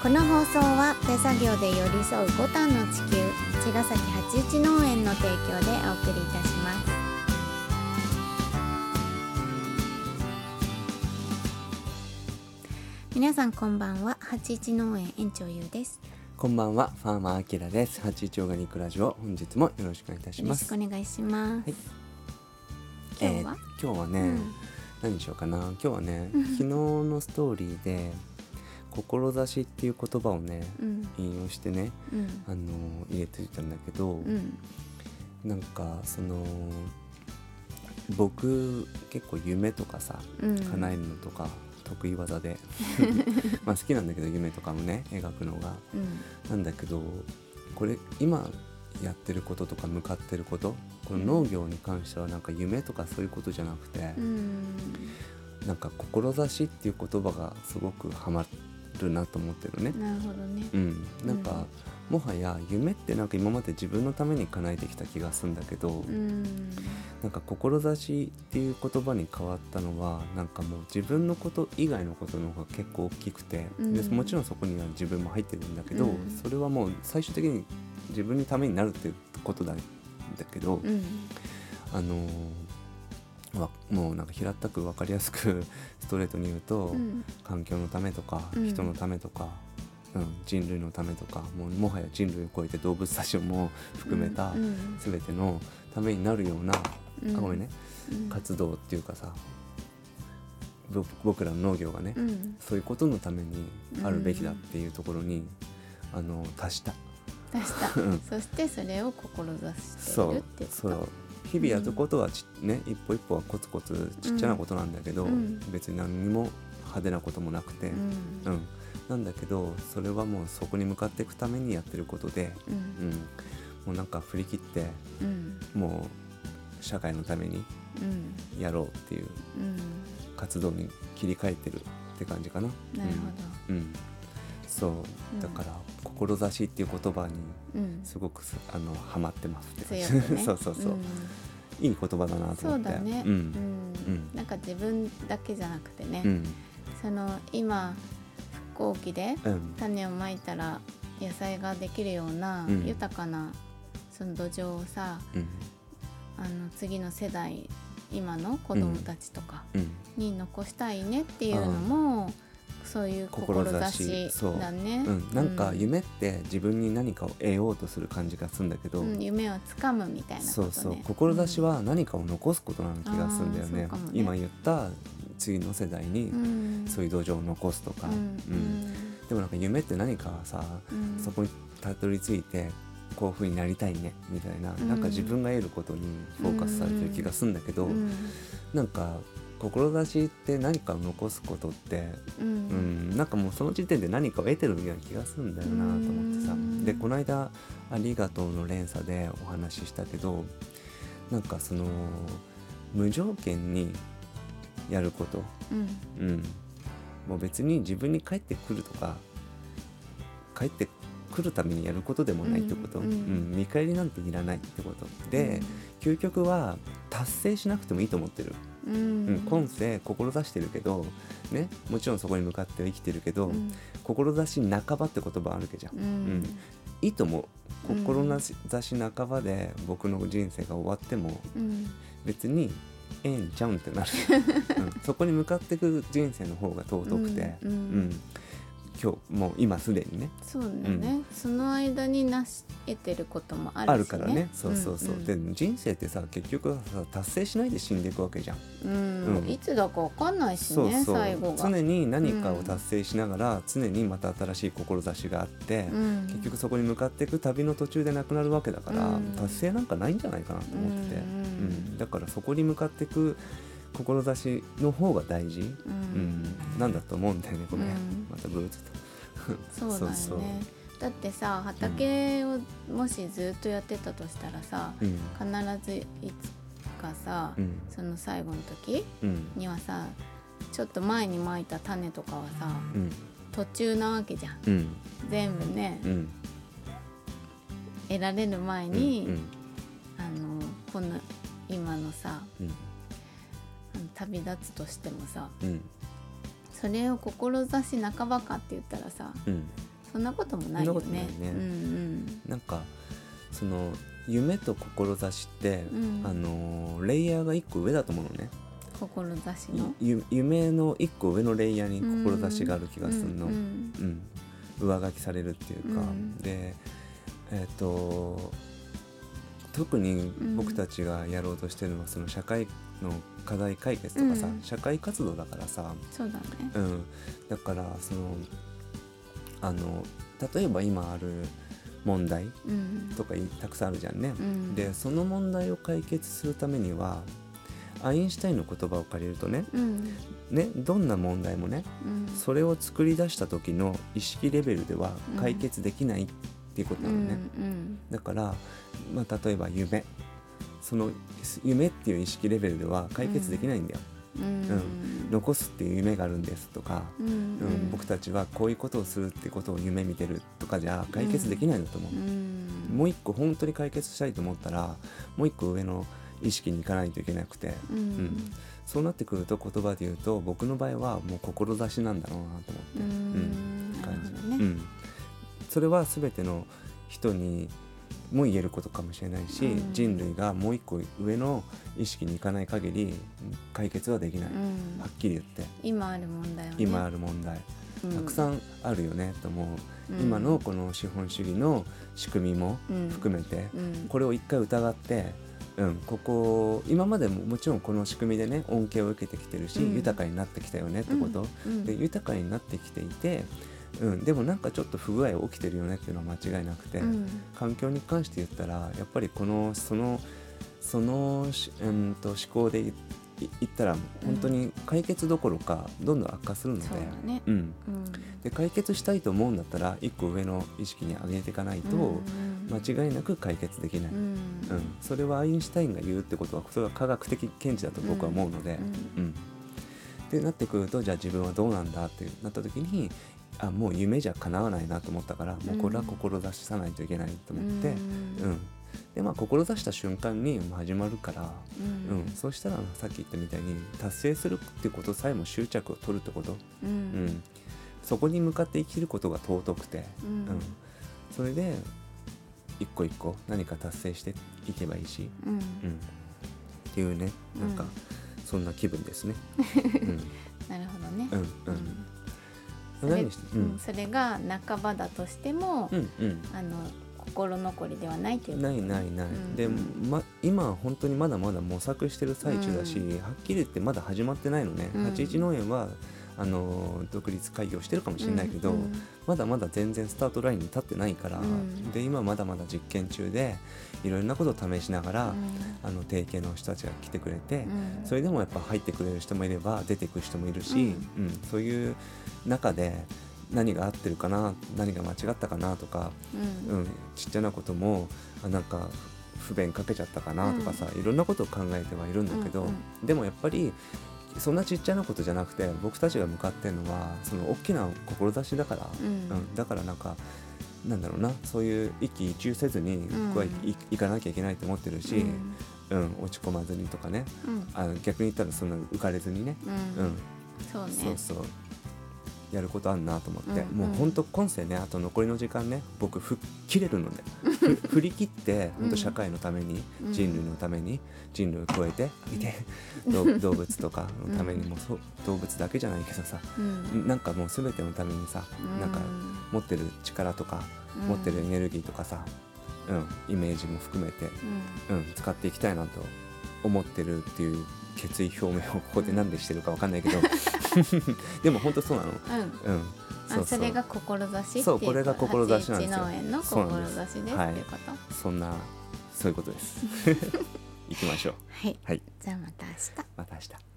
この放送は手作業で寄り添うボタンの地球茅ヶ崎八一農園の提供でお送りいたします。皆さんこんばんは。八一農園園長ゆうです。 こんばんは、ファーマーアキラです。八一オーガニックラジオ、本日もよろしくお願いいたします。 よろしくお願いします。 はい、 今日はね、何にしようかな。今日はね、昨日のストーリーで志っていう言葉をね、引用してね、入れてたんだけど、なんかその僕結構夢とかさ、叶えるのとか得意技でまあ好きなんだけど、夢とかもね描くのが、なんだけど、これ今やってることとか向かってること、この農業に関してはなんか夢とかそういうことじゃなくて、なんか志っていう言葉がすごくハマるなと思ってるね。 なるほどね。 なんか、もはや夢ってなんか今まで自分のために叶えてきた気がするんだけど、なんか志っていう言葉に変わったのは、なんかもう自分のこと以外のことの方が結構大きくて、でもちろんそこには自分も入ってるんだけど、それはもう最終的に自分のためになるっていうことなんだけど、もうなんか平たく分かりやすくストレートに言うと、環境のためとか人のためとか、人類のためとか、もはや人類を超えて動物たちも含めた全てのためになるような、ごめんね、活動っていうかさ、僕らの農業がね、そういうことのためにあるべきだっていうところに、達した。 そしてそれを志しているっていうこと。そう日々やることはね、一歩一歩はコツコツちっちゃなことなんだけど、別に何にも派手なこともなくて、なんだけど、それはもうそこに向かっていくためにやってることで、もうなんか振り切って、もう社会のためにやろうっていう活動に切り替えてるって感じかな。 なるほど。 そうだから志っていう言葉にすごくハマってますって感じ。そういい言葉だなと思って。 そうだね。なんか自分だけじゃなくてね、その今復興期で種をまいたら野菜ができるような豊かなその土壌をさ、次の世代、今の子供たちとかに残したいねっていうのも、そういう志だね。 なんか夢って自分に何かを得ようとする感じがするんだけど、 夢をつかむみたいなことね。 そう志は何かを残すことな気がするんだよね。今言った次の世代にそういう土壌を残すとか、でもなんか夢って何かさ、そこにたどり着いてこういう風になりたいねみたいな、なんか自分が得ることにフォーカスされてる気がするんだけど、なんか志って何かを残すことって、なんかもうその時点で何かを得てるような気がするんだよなと思ってさ。でこの間ありがとうの連鎖でお話ししたけど、なんかその無条件にやること、もう別に自分に返ってくるとか返ってくるためにやることでもないってこと、見返りなんていらないってことで、究極は達成しなくてもいいと思ってる。今世志してるけどね、もちろんそこに向かっては生きてるけど、志半ばって言葉あるわけじゃん。いいと思う。志半ばで僕の人生が終わっても、別にええんちゃうんってなる、そこに向かっていく人生の方が尊くて、今日もう今すでにね、 そうだね、その間に成し得てることもあるしね。 あるからね。で人生ってさ、結局はさ達成しないで死んでいくわけじゃん。 いつだか分かんないしね。最後が常に何かを達成しながら、常にまた新しい志があって、結局そこに向かっていく旅の途中でなくなるわけだから、達成なんかないんじゃないかなと思ってて、だからそこに向かっていく志の方が大事、なんだと思うんだよね。ごめん、またブーツとそうだよね。だってさ、畑をもしずっとやってたとしたらさ、必ずいつかさ、その最後の時にはさ、ちょっと前にまいた種とかはさ、途中なわけじゃん、全部ね、得られる前に、この今のさ、旅立つとしてもさ、それを志半ばかって言ったらさ、 そんなこともないよね。 そんなことないね、なんかその夢と志って、レイヤーが1個上だと思うのね。 志の夢の1個上のレイヤーに志がある気がするの、上書きされるっていうか、で特に僕たちがやろうとしてるのはその社会の課題解決とかさ、社会活動だからさ。 そうだね、 だからその例えば今ある問題とかたくさんあるじゃんね、でその問題を解決するためにはアインシュタインの言葉を借りるとね、どんな問題もね、それを作り出した時の意識レベルでは解決できないっていうことなのね、だから、例えばその夢っていう意識レベルでは解決できないんだよ、残すっていう夢があるんですとか、僕たちはこういうことをするってことを夢見てるとかじゃ解決できないんだと思う、もう一個本当に解決したいと思ったらもう一個上の意識に行かないといけなくて、そうなってくると言葉で言うと僕の場合はもう志なんだろうなと思って、それは全ての人にも言えることかもしれないし、人類がもう一個上の意識に行かない限り解決はできない、はっきり言って今ある問題はね、 今ある問題たくさんあるよねと思う、今のこの資本主義の仕組みも含めて、これを一回疑って、ここ今までももちろんこの仕組みでね恩恵を受けてきてるし、豊かになってきたよねってこと、で豊かになってきていて、でもなんかちょっと不具合起きてるよねっていうのは間違いなくて、環境に関して言ったらやっぱりその思考で言ったら本当に解決どころかどんどん悪化するので、で解決したいと思うんだったら一個上の意識に上げていかないと間違いなく解決できない、それはアインシュタインが言うってことはそれは科学的見地だと僕は思うので、ってなってくるとじゃあ自分はどうなんだってなった時にもう夢じゃ叶わないなと思ったからもうこれは志さないといけないと思って、で志した瞬間に始まるから、そうしたらさっき言ったみたいに達成するってことさえも執着を取るってこと、そこに向かって生きることが尊くて、それで一個一個何か達成していけばいいし、っていうね、なんかそんな気分ですね。 なるほどね。それが半ばだとしても、心残りではないということ、 ない、で、今は本当にまだまだ模索してる最中だし、はっきり言ってまだ始まってないのね。81農園は独立開業してるかもしれないけど、まだまだ全然スタートラインに立ってないから、で今まだまだ実験中でいろんなことを試しながら、提携の人たちが来てくれて、それでもやっぱ入ってくれる人もいれば出ていく人もいるし、そういう中で何が合ってるかな、何が間違ったかなとか、ちっちゃなこともなんか不便かけちゃったかなとかさ、いろんなことを考えてはいるんだけど、でもやっぱりそんなちっちゃなことじゃなくて僕たちが向かってるのはその大きな志だから、だからなんかなんだろうな、そういう一喜一憂せずに僕は行かなきゃいけないと思ってるし、落ち込まずにとかね、逆に言ったらそんな浮かれずにね、そうやることあんなと思って、もうほんと今世ね、あと残りの時間ね、僕吹っ切れるので振り切ってほんと社会のために、人類のために、人類を超えていて動物とかのためにも、動物だけじゃないけどさ、なんかもう全てのためにさ、なんか持ってる力とか、持ってるエネルギーとかさ、イメージも含めて、使っていきたいなと思ってるっていう決意表明をここで何でしてるか分かんないけどでも本当そうなの。 それが志っていうか、 そうこれが志なんですよ。 81農園の志ですっていうこと。 そういうことです。行きましょう。 はい。じゃあまた明日。 また明日。